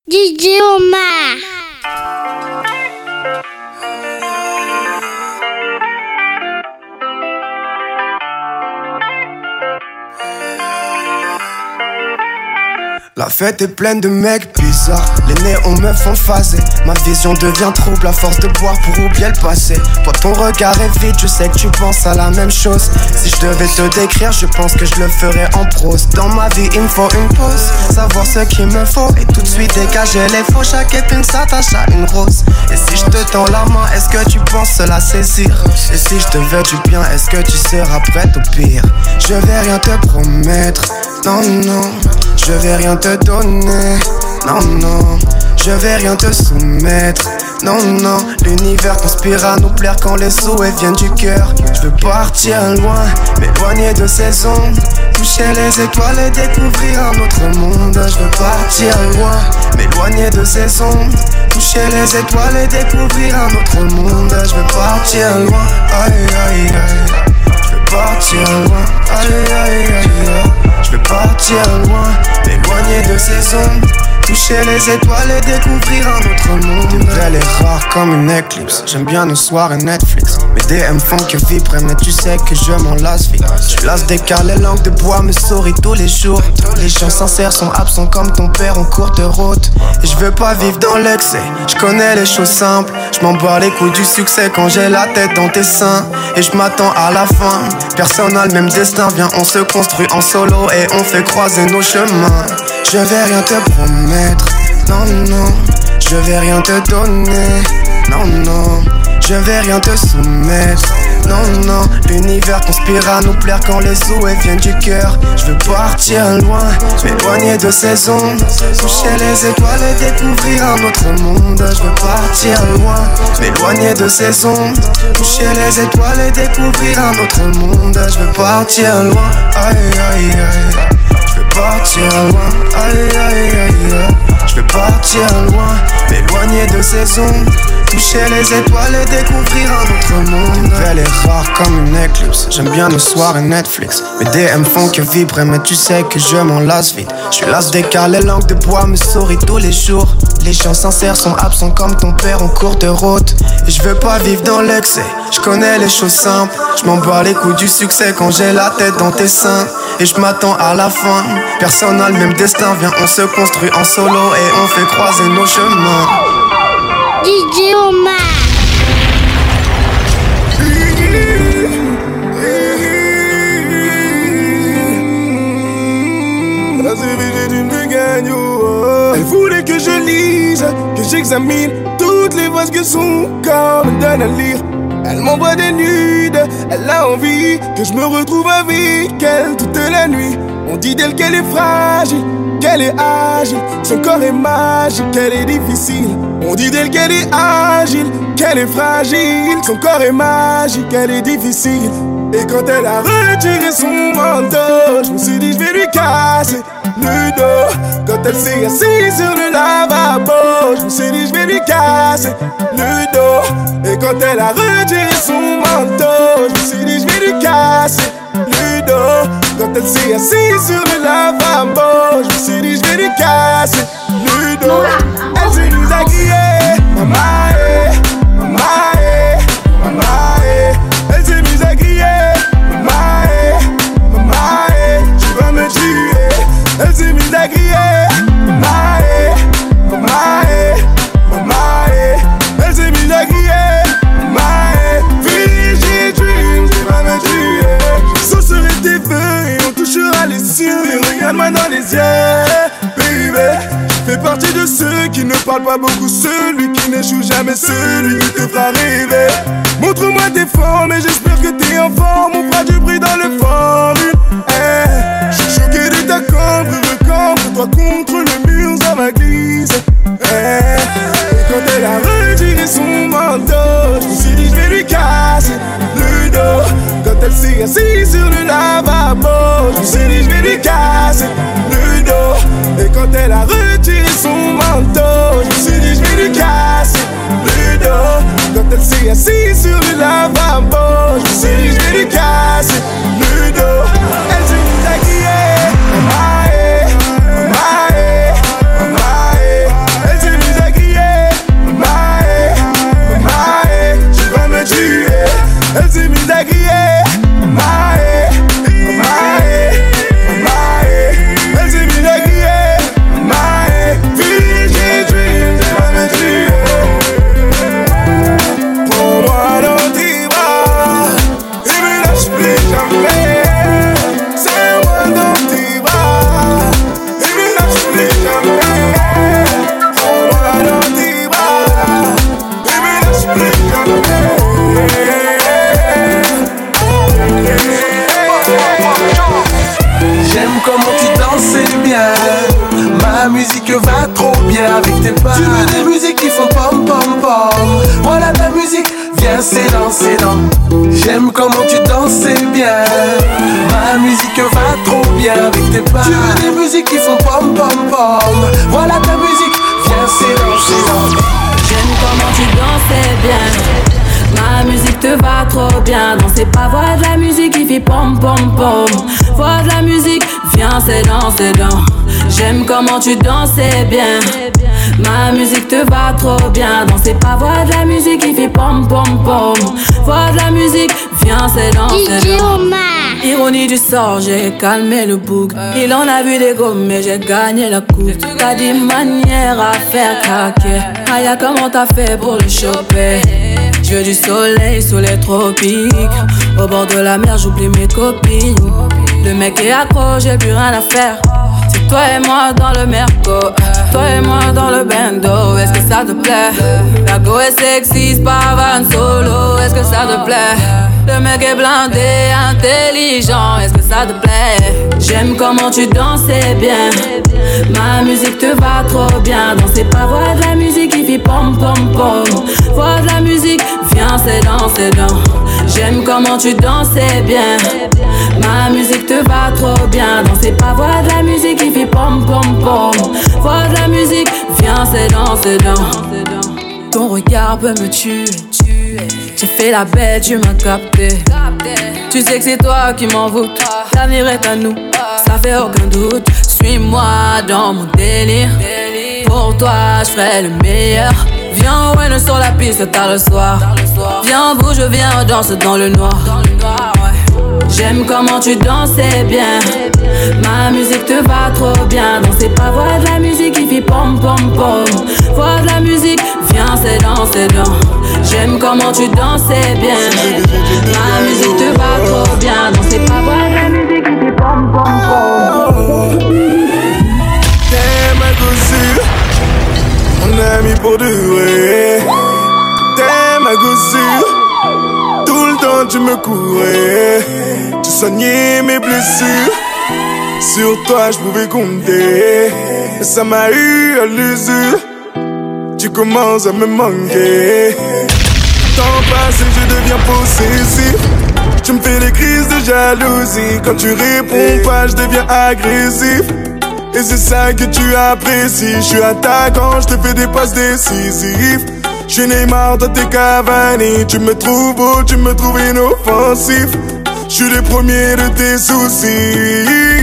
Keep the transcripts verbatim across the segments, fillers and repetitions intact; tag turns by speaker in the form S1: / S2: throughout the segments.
S1: D J Omar.
S2: La fête est pleine de mecs bizarres. Les néons me font phaser. Ma vision devient trouble à force de boire pour oublier le passé. Toi ton regard est vide, je sais que tu penses à la même chose. Si je devais te décrire, je pense que je le ferais en prose. Dans ma vie il me faut une pause, savoir ce qu'il me faut et tout de suite dégager les faux. Chaque épine s'attache à une rose. Et si je te tends la main, est-ce que tu penses la saisir? Et si je te veux du bien, est-ce que tu seras prête au pire? Je vais rien te promettre, non non. Je vais rien te donner, non non. Je vais rien te soumettre, non non. L'univers conspire à nous plaire quand les souhaits viennent du cœur. Je veux partir loin, m'éloigner de ces ondes, toucher les étoiles et découvrir un autre monde. Je veux partir loin, m'éloigner de ces ondes, toucher les étoiles et découvrir un autre monde. Je veux partir loin, aïe aïe aïe. Je veux partir loin, aïe aïe aïe. Je veux partir loin, m'éloigner de ces ondes, toucher les étoiles et découvrir un autre monde. T'es belle et rare comme une éclipse. J'aime bien nos soirées Netflix. Mes D M font que vibrer, mais tu sais que je m'en lasse vite. Je lasse des car les langues de bois me sourient tous les jours. Les gens sincères sont absents comme ton père en courte route. Et je veux pas vivre dans l'excès, je connais les choses simples. Je m'en bats les couilles du succès quand j'ai la tête dans tes seins. Et je m'attends à la fin, personne n'a le même destin. Viens on se construit en solo et on fait croiser nos chemins. Je vais rien te promettre, non non. Je vais rien te donner, non non. Je vais rien te soumettre, non non. L'univers conspire à nous plaire quand les souhaits viennent du cœur. Je veux partir loin, m'éloigner de ces ondes, toucher les étoiles et découvrir un autre monde. Je veux partir loin, m'éloigner de ces ondes, toucher les étoiles et découvrir un autre monde. Je veux partir loin, aïe aïe aïe. Je veux partir loin, aïe aïe aïe. Je veux partir loin, m'éloigner de ces ondes, toucher les étoiles et découvrir un autre monde. Belle et rare comme une éclipse. J'aime bien nos soirées Netflix. Mes D M font que vibrer, mais tu sais que je m'en lasse vite. Je suis las des car les langues de bois me sourient tous les jours. Les gens sincères sont absents comme ton père en courte route. Et je veux pas vivre dans l'excès, je connais les choses simples. Je m'en bats les couilles du succès quand j'ai la tête dans tes seins. Et je m'attends à la fin, personne n'a le même destin. Viens on se construit en solo et on fait croiser nos chemins.
S1: D J Omar.
S3: Elle voulait que je lise, que j'examine toutes les voix que son corps me donne à lire. Elle m'envoie des nudes, elle a envie que je me retrouve avec elle toute la nuit. On dit d'elle qu'elle est fragile, qu'elle est agile, son corps est magique, qu'elle est difficile. On dit d'elle qu'elle est agile, qu'elle est fragile, son corps est magique, qu'elle est difficile. Et quand elle a retiré son manteau, je me suis dit je vais lui casser le dos. Quand elle s'est assise sur le lavabo, je me suis dit je vais lui casser le dos. Et quand elle a retiré son manteau, je me suis dit je vais lui casser le dos. Quand elle s'est assise sur le lavabo, je me suis dit je vais lui casser le dos. Elle s'est mise à crier, maman, maman, maman. Elle s'est mise à crier, maman, maman, tu vas me tuer. Elle s'est mise à crier, maman, maman, maman. Elle s'est mise à crier, maman, Fiji Dreams, tu vas me tuer. Ce serait tes feux et on touchera les cieux. Mais regarde-moi dans les yeux, baby. Je fais partie de ceux qui ne parlent pas beaucoup, celui qui n'échoue jamais, celui qui te fera rêver. Montre-moi tes formes et j'espère que t'es en forme. On fera du bruit dans le formule. Hey, je suis choqué de ta cambre, recambre-toi contre le mur, ça ma glisse. Hey, et quand elle a retiré son manteau, je me suis dit je vais lui casser le dos. Quand elle s'est assise sur le lavabo, je me suis dit je vais lui casser le dos. Et quand elle a retiré son manteau, je me suis dit je vais lui casser le dos. Quand elle s'est assise sur le lavabo, je me suis dit je vais lui casser le dos. Elle s'est mise à crier, maman, maman,
S4: trop bien avec tes pas. Tu veux des musiques qui font pom pom pom. Voilà ta musique, viens c'est dans, c'est dans. J'aime comment tu danses, c'est bien. Ma musique va trop bien avec tes pas. Tu veux des musiques qui font pom pom pom. Voilà ta musique, viens c'est dans, c'est dans.
S5: J'aime comment tu danses, c'est bien. Ma musique te va trop bien. Danser pas, voir de la musique qui fait pom pom pom. Voir de la musique, viens c'est dans, c'est dans. J'aime comment tu danses, c'est bien. Ma musique te va trop bien. Danser pas, voir de la musique qui fait pom pom pom. Voir de la musique, viens c'est dans, c'est
S1: D J
S5: dans.
S1: Omar.
S5: Ironie du sort, j'ai calmé le bouc. Il en a vu des gommes, mais j'ai gagné la coupe. T'as des manières à faire craquer. Aya, comment t'as fait pour le choper? Je veux du soleil sous les tropiques. Au bord de la mer, j'oublie mes copines. Le mec est accro, j'ai plus rien à faire. C'est toi et moi dans le merco. Toi et moi dans le bando. Est-ce que ça te plaît? La go est sexy, c'est pas van solo. Est-ce que ça te plaît? Le mec est blindé, intelligent. Est-ce que ça te plaît? J'aime comment tu danses, c'est bien. Ma musique te va trop bien. Danser pas, voir de la musique qui fait pom pom pom. Voir de la musique, viens c'est dans, c'est dans. J'aime comment tu danses, c'est bien. Ma musique te va trop bien. Danser pas, voir de la musique qui fait pom pom pom. Voir de la musique, viens c'est dans, c'est dans. Ton regard peut me tuer. J'ai fait la bête, tu m'as capté. Tu sais que c'est toi qui m'envoûte. L'avenir est à nous, ça fait aucun doute. Suis-moi dans mon délire. Pour toi, je ferai le meilleur. Viens, ouais, sur la piste tard le soir. Viens, bouge, viens, on danse dans le noir. J'aime comment tu danses, c'est bien. Ma musique te va trop bien. Danser pas, voir de la musique qui fait pom pom pom. Voir de la musique, viens c'est dans, c'est dans. J'aime comment tu danses, c'est bien. Ma musique te va trop bien. Danser pas, voir de la musique qui fait pom pom pom.
S3: T'es ma gossure, mon ami pour durer. T'es ma gossure, tout le temps tu me courais. Tu soignais mes blessures, sur toi je pouvais compter. Ça m'a eu à l'usure, tu commences à me manquer. Temps passe et je deviens possessif. Tu me fais des crises de jalousie. Quand tu réponds pas je deviens agressif. Et c'est ça que tu apprécies. Je suis attaquant, je te fais des passes décisives. Je suis Neymar, toi t'es Cavani. Tu me trouves beau, tu me trouves inoffensif. Je suis le premier de tes soucis.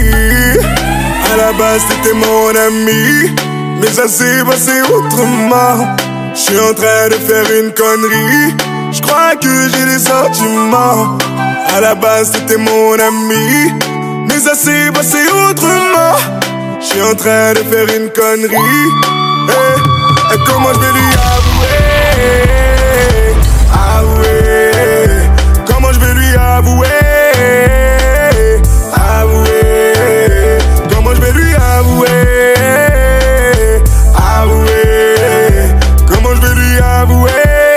S3: À la base t'étais mon ami, mais ça s'est passé autrement. Je suis en train de faire une connerie. Je crois que j'ai des sentiments. À la base t'étais mon ami, mais ça s'est passé autrement. Je suis en train de faire une connerie. Hey, et comment je vais lui avouer? Avouer. Comment je vais lui avouer? Avouer. Comment je vais lui avouer? Avouer. Comment je vais lui avouer?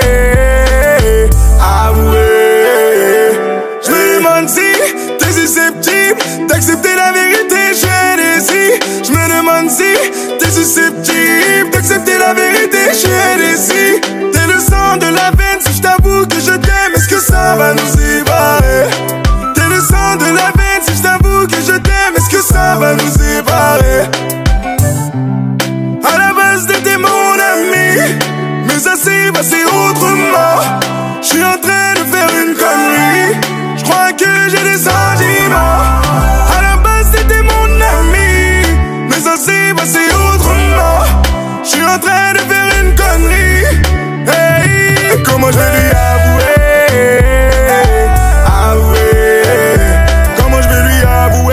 S3: Avouer. Je me demande si t'es susceptible d'accepter la vérité, je suis indécis. Je me demande si t'es susceptible d'accepter la vérité, je suis indécis. T'es le sang de la veine, si je t'avoue que je t'aime, est-ce que ça va nous séparer? T'es le sang de la veine, si je t'avoue que je t'aime, est-ce que ça va nous séparer? À la base t'étais mon ami, mais ça s'est passé autrement. Je suis en train de faire une connerie, je crois que j'ai des sentiments. À la base t'étais mon ami, mais ça s'est passé autrement. Je suis en train de faire une connerie. Hey, comment je vais lui avouer? Avouer. Comment je vais lui avouer?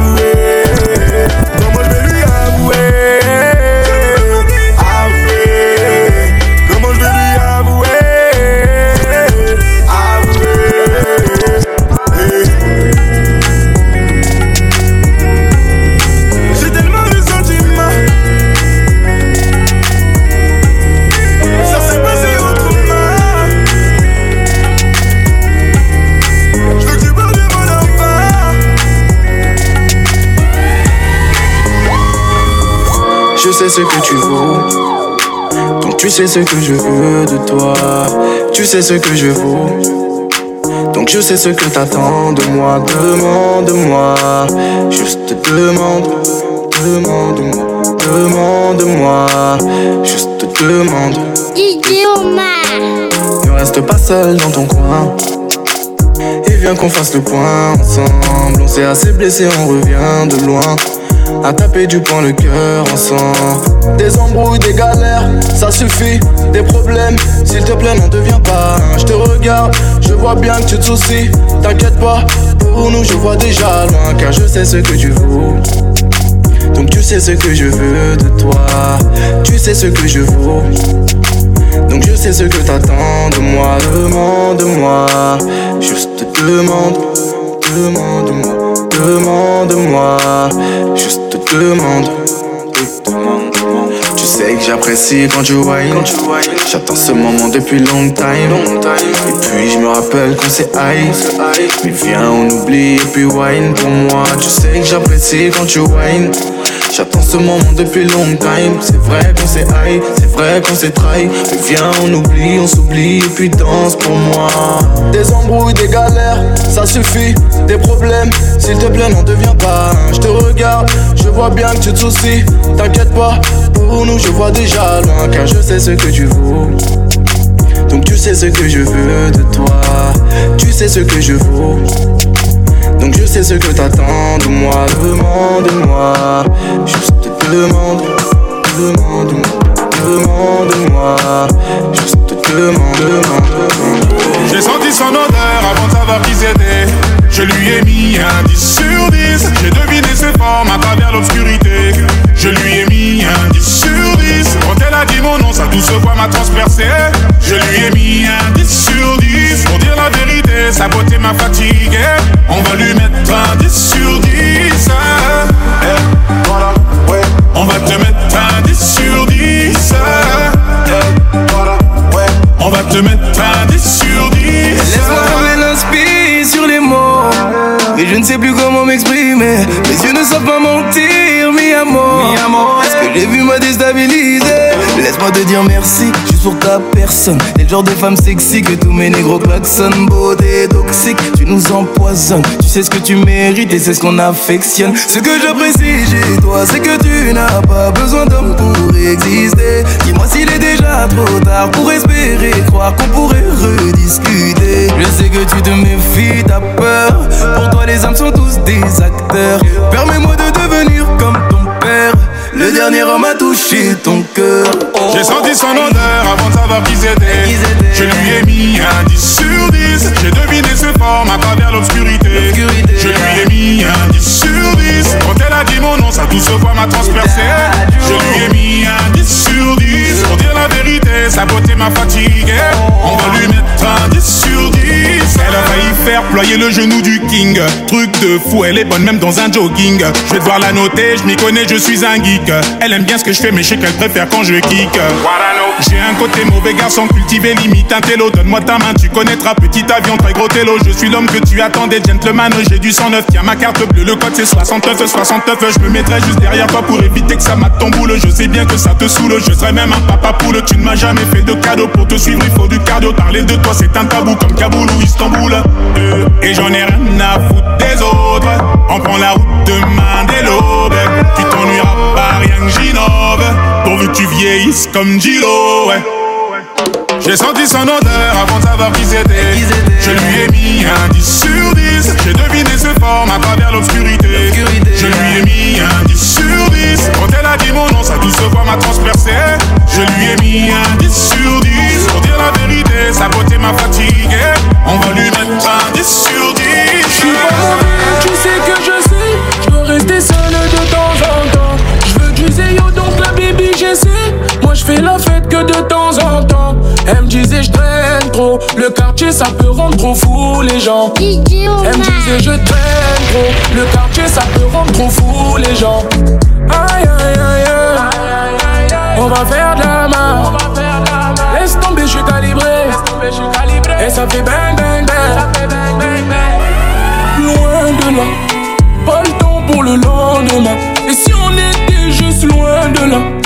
S3: Avouer. Comment je vais lui avouer? Avouer.
S6: Je sais ce que tu vaux, donc tu sais ce que je veux de toi. Tu sais ce que je vaux, donc je sais ce que t'attends de moi. Demande-moi, juste demande, demande-moi, demande-moi, juste demande.
S1: D J Omar.
S6: Ne reste pas seul dans ton coin, et viens qu'on fasse le point ensemble. On s'est assez blessé, on revient de loin, à taper du poing le cœur ensemble. Des embrouilles, des galères, ça suffit. Des problèmes, s'il te plaît n'en deviens pas un. Je te regarde, je vois bien que tu te soucies. T'inquiète pas, pour nous je vois déjà loin. Car je sais ce que tu vaux, donc tu sais ce que je veux de toi. Tu sais ce que je vaux, donc je sais ce que t'attends de moi. Demande-moi, juste demande, demande-moi, demande-moi, juste demande, demande. Tu sais que j'apprécie quand tu whine, j'attends ce moment depuis long time. Et puis je me rappelle qu'on s'est high, mais viens on oublie et puis wine pour moi. Tu sais que j'apprécie quand tu whine, j'attends ce moment depuis long time. C'est vrai qu'on s'est high, c'est vrai qu'on s'est trahi, mais viens on oublie, on s'oublie et puis danse pour moi. Des embrouilles, des galères, ça suffit. Des problèmes, s'il te plaît n'en deviens pas un. Je te regarde, je vois bien que tu te soucies. T'inquiète pas, pour nous je vois déjà loin. Car je sais ce que tu vaux, donc tu sais ce que je veux de toi. Tu sais ce que je vaux, donc je sais ce que t'attends de moi. Demande-moi, juste demande, demande-moi, demande-moi, juste demande, demande, demande.
S3: J'ai senti son odeur avant de savoir qui c'était. Je lui ai mis un dix sur dix. J'ai deviné ses formes à travers l'obscurité. Je lui ai mis un dix sur dix. Quand elle a dit mon nom, sa douce voix m'a transpercé. Je lui ai mis un dix sur dix. Pour dire la vérité, sa beauté m'a fatigué. On va lui mettre un dix sur dix. Eh, voilà, ouais. On va te mettre un dix sur dix. Eh, voilà, ouais. On va te mettre un dix sur dix.
S4: Laisse-moi trouver l'inspi sur les mots, mais je ne sais plus comment m'exprimer. Mes yeux ne savent pas mentir, mi amour. Ce que j'ai vu m'a déstabilisé. Laisse-moi te dire merci, juste pour ta personne. T'es le genre de femme sexy que tous mes négros klaxonnent. Beauté toxique, tu nous empoisonnes. Tu sais ce que tu mérites et c'est ce qu'on affectionne. Ce que j'apprécie chez toi, c'est que tu n'as pas besoin d'homme pour exister. Dis-moi s'il est déjà trop tard pour espérer croire qu'on pourrait rediscuter. Je sais que tu te méfies, t'as peur. Pour toi les hommes sont tous des acteurs. Permets-moi de devenir comme ton père. Le dernier homme a touché ton cœur. Oh.
S3: J'ai senti son odeur avant de savoir qui c'était. Je lui ai mis un dix sur dix. J'ai deviné ses formes à travers l'obscurité. Je lui ai mis un dix sur dix. Quand elle a dit mon nom, sa douce voix m'a transpercé. Je lui ai mis un dix sur dix. Pour dire la vérité, sa beauté m'a fatigué. On va lui mettre un dix sur dix. Elle a failli faire ployer le genou du king. Truc de fou, elle est bonne même dans un jogging. Je vais devoir la noter, je m'y connais, je suis un geek. Elle aime bien ce que je fais, mais je sais qu'elle préfère quand je kick. J'ai un côté mauvais garçon, cultivé limite un télo. Donne-moi ta main, tu connaîtras petit avion, très gros télo. Je suis l'homme que tu attendais, gentleman. J'ai du cent neuf, tiens ma carte bleue, le code c'est soixante-neuf, soixante-neuf. Je me mettrai juste derrière toi pour éviter que ça mate ton boule. Je sais bien que ça te saoule, je serai même un papa poule. Tu ne m'as jamais fait de cadeau, pour te suivre il faut du cardio. Parler de toi c'est un tabou comme Kaboul ou Istanbul. euh, Et j'en ai rien à foutre des autres. On prend la route demain dès l'aube. Tu t'ennuieras pas, rien que j'innove. Pourvu que tu vieillisses comme Gilo, ouais. J'ai senti son odeur avant de savoir qui c'était. Je lui ai mis un dix sur dix. J'ai deviné ses formes à travers l'obscurité. Je lui ai mis un dix sur dix. Quand elle a dit mon nom, sa douce voix m'a transpercé. Je lui ai mis un dix sur dix. Pour dire la vérité, sa beauté m'a fatigué. On va lui mettre un dix sur dix.
S4: Je suis pas mauvais, tu sais que je sais. Je veux rester seul de temps en temps. Je veux du zéyo, donc la baby j'essaie. Moi je fais la fête que de temps en temps. Elle me disait je traîne trop. Le quartier ça peut rendre trop fou les gens.
S1: D J Omar.
S4: Elle me disait je traîne trop. Le quartier ça peut rendre trop fou les gens. Aïe aïe aïe aïe. On va faire de la main. Laisse tomber, je suis calibré. Et ça fait bang bang bang. Loin de là, pas le temps pour le lendemain. Et si on était juste loin de là?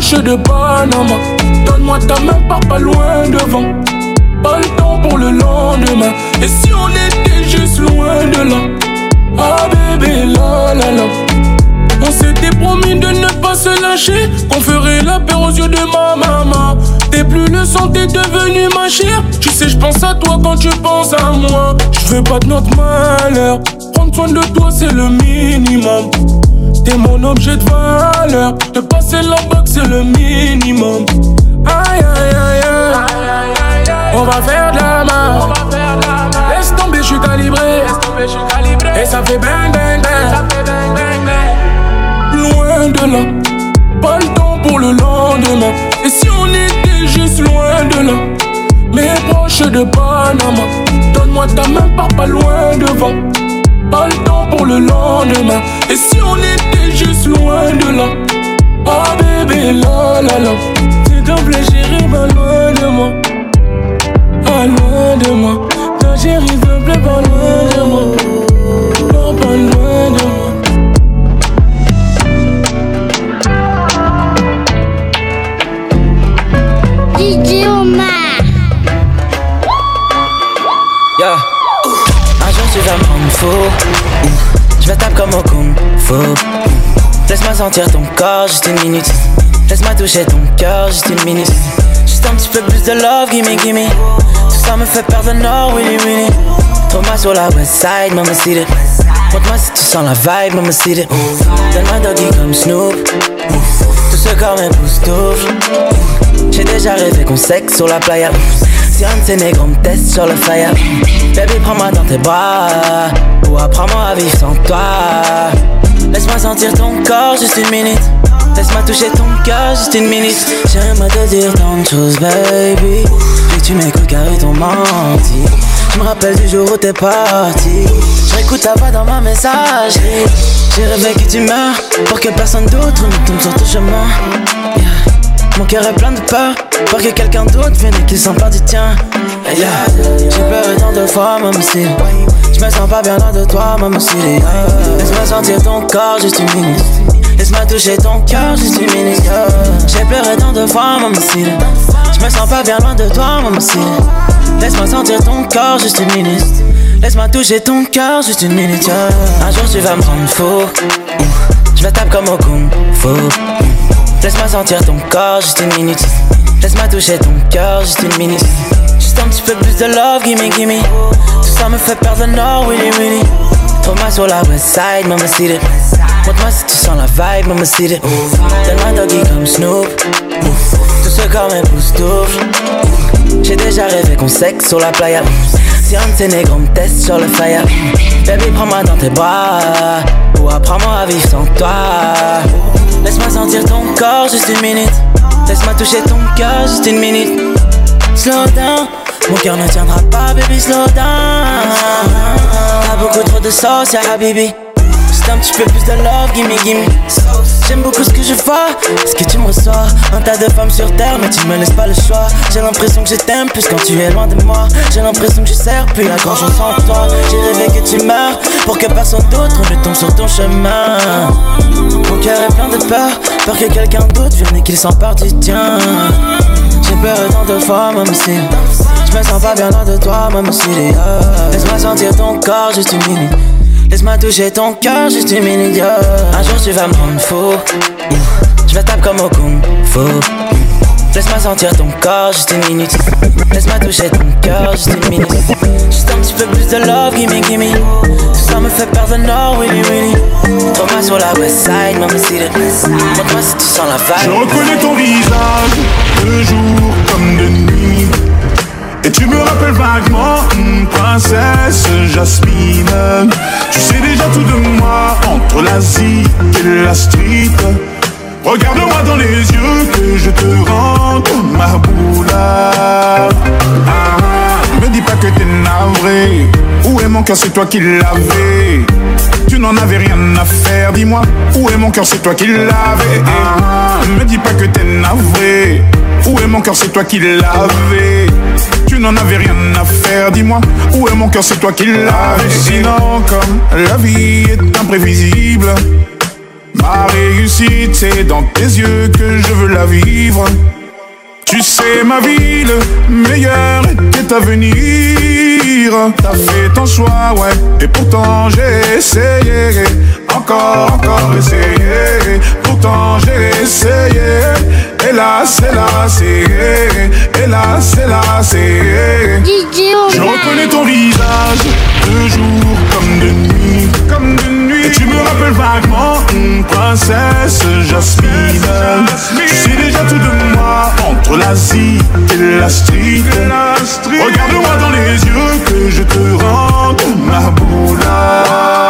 S3: proche de Panama. Donne-moi ta main, pars pas loin devant. Pas le temps pour le lendemain. Et si on était juste loin de là? Ah bébé, la la la. On s'était promis de ne pas se lâcher, qu'on ferait la paix aux yeux de ma maman. T'es plus le sang, t'es devenu ma chère. Tu sais, je pense à toi quand tu penses à moi. Je veux pas de notre malheur. Prendre soin de toi, c'est le minimum. T'es mon objet de valeur. Te passer la bague, c'est le minimum. Aïe aïe aïe aïe. On va faire de la main. Laisse tomber, je suis calibré. Et ça fait bang bang bang. Loin de là, pas le temps pour le lendemain. Et si on était juste loin de là? Mais proche de Panama. Donne-moi ta main, pars pas loin devant. Pas le temps pour le lendemain. Et si on était juste loin de là? Ah bébé, la la la. S'il te plaît chérie, pas loin de moi. Pas loin de moi. Ta chérie, s'il te plaît, pas loin de moi. Non, pas loin de moi.
S1: D J Omar.
S7: Yo. Un jour tu vas me rendre fou. Je vais taper comme au kung fu. Laisse-moi sentir ton corps juste une minute. Laisse-moi toucher ton cœur juste une minute. Juste un petit peu plus de love, gimme, gimme. Tout ça me fait perdre le nord, willy, willy. Trouve-moi sur la west side, mama see it. Montre-moi si tu sens la vibe, mama see it. Donne-moi doggy comme Snoop. Tout ce corps m'époustoufle. J'ai déjà rêvé qu'on sexe sur la playa. Si un de ces négros me teste sur le fire. Baby, prends-moi dans tes bras. Ou apprends-moi à vivre sans toi. Laisse-moi sentir ton corps juste une minute. Laisse-moi toucher ton cœur juste une minute. J'aimerais te dire tant de choses, baby. Puis tu m'écoutes car ils t'ont menti. Je me rappelle du jour où t'es parti. J'écoute ta voix dans ma messagerie. J'ai rêvé que tu meurs pour que personne d'autre ne tombe sur ton chemin. Yeah. Mon cœur est plein de peur pour que quelqu'un d'autre vienne et qu'il s'en part du tien. Yeah. J'ai pleuré tant de fois, maman si. Je me sens pas bien loin de toi, maman si. Yeah. Laisse-moi sentir ton corps juste une minute. Laisse-moi toucher ton cœur juste une minute. Yeah. J'ai pleuré tant de fois, maman si. Je me sens pas bien loin de toi, maman si. Laisse-moi sentir ton corps juste une minute. Laisse-moi toucher ton cœur juste une minute. Yeah. Un jour tu vas me rendre fou. Je vais taper comme au kung fu. Laisse-moi sentir ton corps juste une minute. Laisse-moi toucher ton cœur juste une minute. Juste un petit peu plus de love, gimme, gimme. Tout ça me fait perdre le nord, willy, willy. Trouve-moi sur la west side, mama see it. Montre-moi si tu sens la vibe, mama see it. Donne-moi doggy comme Snoop. Tout ce corps m'époustoufle. J'ai déjà rêvé qu'on sexe sur la playa. Si un de ces négros me teste sur le fire. Baby, prends-moi dans tes bras. Ou apprends-moi à vivre sans toi. Laisse-moi sentir ton corps juste une minute. Laisse-moi toucher ton cœur juste une minute. Slow down, mon cœur ne tiendra pas, baby, slow down. T'as beaucoup trop de sauce, ya habibi. Juste un petit peu plus de love, gimme, gimme. J'aime beaucoup ce que je vois, ce que tu me reçois. Un tas de femmes sur terre, mais tu me laisses pas le choix. J'ai l'impression que je t'aime plus quand tu es loin de moi. J'ai l'impression que je sers plus à grand chose sans toi. J'ai rêvé que tu meurs pour que personne d'autre ne tombe sur ton chemin. Mon cœur est plein de peur, peur que quelqu'un d'autre vienne et qu'il s'empare du tien. J'ai peur tant de fois, maman si. Je me sens pas bien loin de toi, maman si. Laisse-moi sentir ton corps juste une minute. Laisse-moi toucher ton cœur juste une minute, yeah. Un jour tu vas me rendre fou. Je vais taper comme au kung fu. Laisse-moi sentir ton corps juste une minute. Laisse-moi toucher ton cœur juste une minute. Juste un petit peu plus de love, gimme, gimme. Tout ça me fait perdre le nord, willy, willy. Trouve-moi sur la west side, mama see it. Montre-moi si tu sens la vibe.
S3: Je reconnais ton visage, de jour comme de nuit. Et tu me rappelles vaguement, hum, princesse Jasmine. Tu sais déjà tout de moi, entre l'Asie et la street. Regarde-moi dans les yeux que je te rende ma boula. Ah, me dis pas que t'es navré. Où est mon cœur, c'est toi qui l'avais. Tu n'en avais rien à faire, dis-moi. Où est mon cœur, c'est toi qui l'avais. Ah, me dis pas que t'es navré. Où est mon cœur, c'est toi qui l'avais. Tu n'en avais rien à faire, dis-moi. Où est mon cœur, c'est toi qui l'avais. Sinon, comme la vie est imprévisible, Ma réussite, c'est dans tes yeux que je veux la vivre. Tu sais, ma vie, le meilleur était à venir. T'as fait ton choix, ouais, et pourtant j'ai essayé. Encore, encore essayé. Pourtant j'ai essayé. Hélas, hélas, hélas, hélas, je reconnais ton visage, de jour comme de nuit, comme de nuit. Et tu me rappelles vaguement une princesse Jasmine. Tu sais déjà tout de moi, entre l'Asie et la street. Regarde-moi dans les yeux que je te rende ma boula.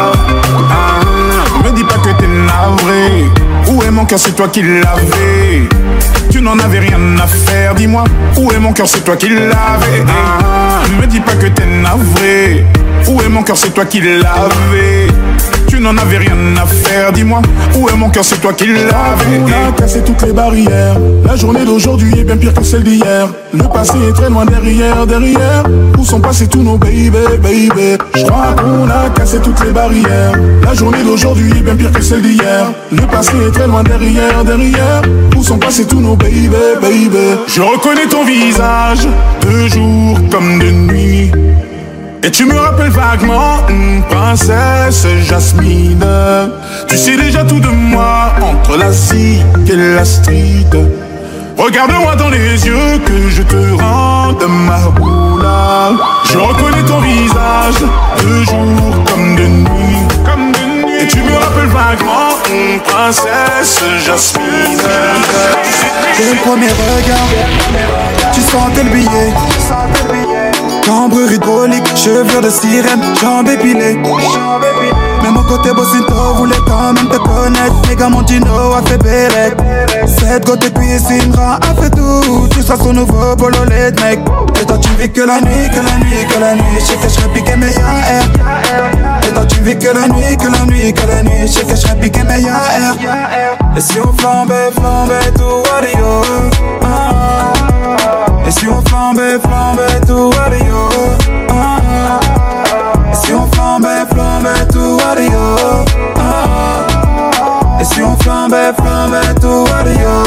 S3: Ah, me dis pas que t'es navré. Où est mon cœur, c'est toi qui l'avais. Tu n'en avais rien à faire, dis-moi. Où est mon cœur, c'est toi qui l'avais. Ah, me dis pas que t'es navré. Où est mon cœur, c'est toi qui l'avais. Tu n'en avais rien à faire, dis-moi. Où est mon cœur, c'est toi qui l'avais.
S8: On a cassé toutes les barrières. La journée d'aujourd'hui est bien pire que celle d'hier. Le passé est très loin derrière, derrière. Où sont passés tous nos baby, baby. Je crois qu'on a cassé toutes les barrières. La journée d'aujourd'hui est bien pire que celle d'hier. Le passé est très loin derrière, derrière. Où sont passés tous nos baby, baby.
S3: Je reconnais ton visage, de jour comme de nuit. Et tu me rappelles vaguement une princesse Jasmine. Tu sais déjà tout de moi, entre l'Asie et la street. Regarde-moi dans les yeux que je te rende ma boula. Je reconnais ton visage, de jour comme de nuit, comme de nuit. Et tu me rappelles vaguement une princesse Jasmine.
S2: Dès le premier regard, tu sentais le billet. Cambrure hydraulique, chevelure de sirène, jambes épilées. Mais mon côté Bocinto voulait quand même te connaître. Méga Montino a fait bérette. Cette côté cuisinera a fait tout. Tu seras son nouveau bololé de mec. Et toi tu vis que la nuit, que la nuit, que la nuit. Je sais que je serais piqué meilleur air. Et toi tu vis que la nuit, que la nuit, que la nuit. Je sais que je serais piqué meilleur air. Et si on flambait, flambait tout audio. Ah. Et si on flambait, flambait tout audio. Ah. Et si on flambait, flambait tout audio. Ah. Et si on flambait, flambait tout audio.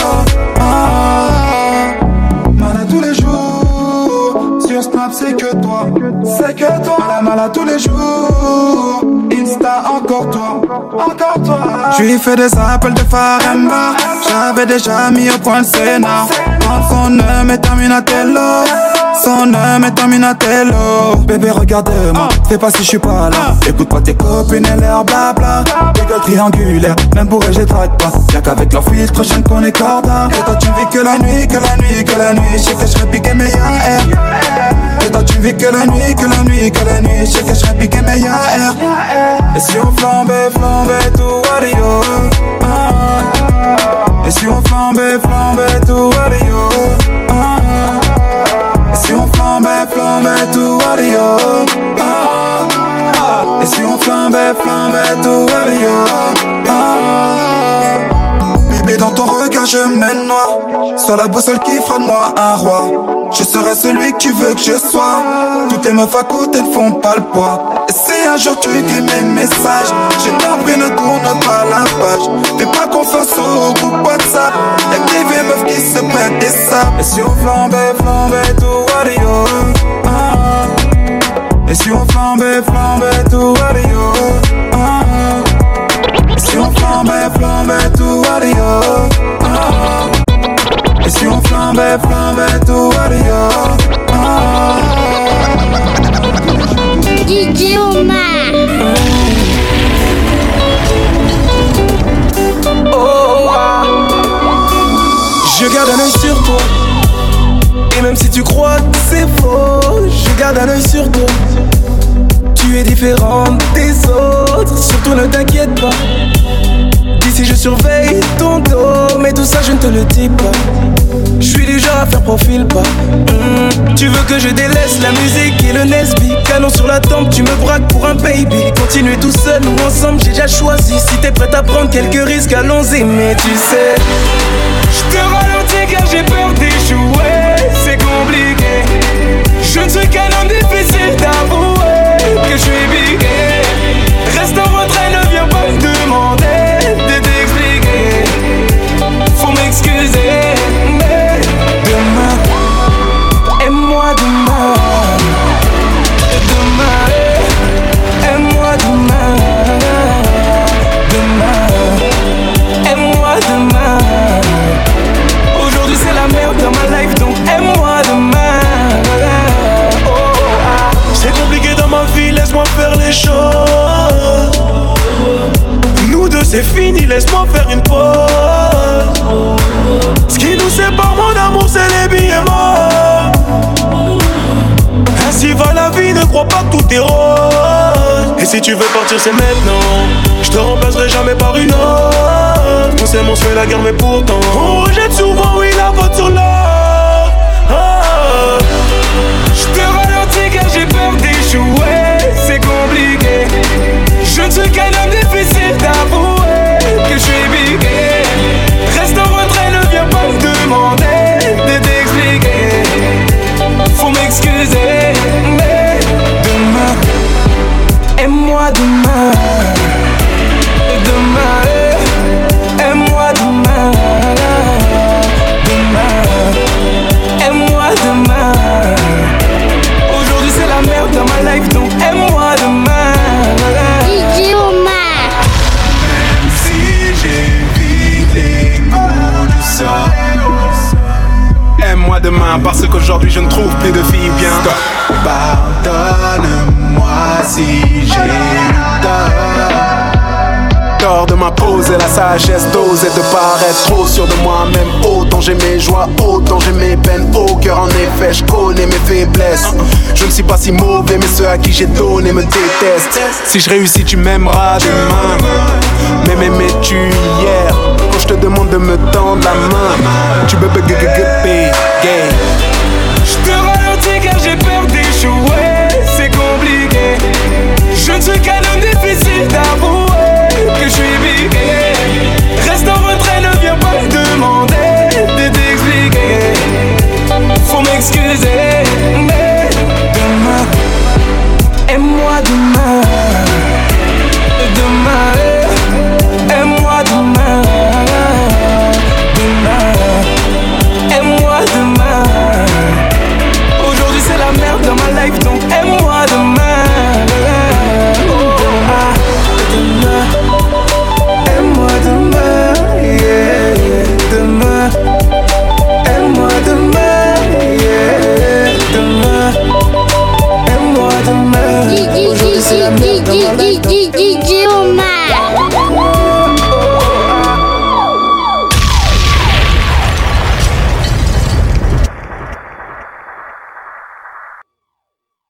S2: Ah. Mal à tous les jours. Sur Snap c'est que toi. C'est que toi. Mal à mal à tous les jours. Insta encore toi. Encore toi. Je lui fais des appels de Faramba. J'avais déjà mis au point le scénar. Son nom est Terminatello. Son nom est Terminatello. Bébé regarde-moi, fais pas si je suis pas là. Écoute pas tes copines et l'air blabla. Des gueules triangulaires, même pour eux je traque pas. Y'a qu'avec leur filtre, je ne connais corda. Et toi tu vis que la nuit, que la nuit, que la nuit. Je sais que je serais piqué meilleur air. Et toi tu vis que la nuit, que la nuit, que la nuit. Je sais que je serais piqué meilleur air. Et si on flambait, flambait tout audio. Ah. Et si on flambait, flambait tout audio. Ah. Et si on flambait, flambait tout audio. Ah. Et si on flambait, flambait tout audio. Ah. Bébé dans ton regard je mène noir. Sois la boussole qui fera de moi un roi. Je serai celui que tu veux que je sois. Toutes les meufs à côté ne font pas le poids. Et si un jour tu écris mes messages, j'ai compris, ne tourne pas la page. Fais pas confiance au groupe WhatsApp. Y'a que des vieilles meufs qui se prennent des sables. Et si on flambait, flambait tout audio. Ah. Et si on flambait, flambait tout audio. Ah. Et si on flambait, flambait tout audio. Ah. Et si on flambait, flambait tout audio. Ah.
S1: D J Omar.
S4: Oh, ah. Je garde un œil sur toi. Et même si tu crois que c'est faux, je garde un œil sur toi. Tu es différente des autres, surtout ne t'inquiète pas. D'ici je surveille ton dos, mais tout ça je ne te le dis pas. Je suis du genre à faire profil pas. mmh. Tu veux que je délaisse la musique et le Nesby. Canon sur la tempe, tu me braques pour un baby. Continuer tout seul ou ensemble, j'ai déjà choisi. Si t'es prête à prendre quelques risques, allons-y. Mais tu sais, je te ralentis car j'ai peur d'échouer. C'est compliqué. Je ne suis qu'un homme difficile d'avouer que je suis bigué. Reste en retrait, ne viens pas me demander de t'expliquer.
S3: laisse-moi faire une pause. Ce qui nous sépare, mon amour, c'est les billets morts. Ainsi va la vie, ne crois pas que tout est rose. Et si tu veux partir, c'est maintenant. Je te remplacerai jamais par une autre. On s'aime, on se fait la guerre, mais pourtant on rejette souvent, oui, la faute sur l'or. Ah. Je te ralentis car j'ai peur d'échouer. C'est compliqué. Je ne suis qu'un homme difficile d'avouer que je suis bigué. Reste en retrait, ne viens pas me demander de t'expliquer. Faut m'excuser, mais demain, aime-moi demain. Demain, aime-moi demain. Demain, aime-moi demain. Aujourd'hui c'est la merde dans ma life, donc aime-moi demain.
S1: D J Omar.
S3: Même si j'évite les coups du sort, aime-moi demain, parce qu'aujourd'hui je ne trouve plus de filles bien. Pardonne-moi si j'ai eu tort. Tort de m'imposer la sagesse d'oser de paraître trop sûr de moi-même. Autant j'ai mes joies, autant j'ai mes peines. Au cœur en effet, je connais mes faiblesses. Je ne suis pas si mauvais, mais ceux à qui j'ai donné me détestent. Si je réussis, tu m'aimeras demain. Mais m'aimais-tu hier? Quand je te demande de me tendre la main, tu peux be gay. Je te ralentis car j'ai peur d'échouer. C'est compliqué. Je ne suis qu'un homme difficile d'avouer que je suis bigué. Reste en retrait, ne viens pas me demander de t'expliquer. Faut m'excuser, mais demain, aime-moi demain. Demain, aime-moi demain. Demain, aime-moi demain. Aujourd'hui c'est la merde dans ma life, donc aime-moi demain. Oh, ah, demain, aime-moi demain, yeah. Demain, aime-moi demain, yeah. Demain, aime-moi demain. Aujourd'hui c'est la merde dans ma life, donc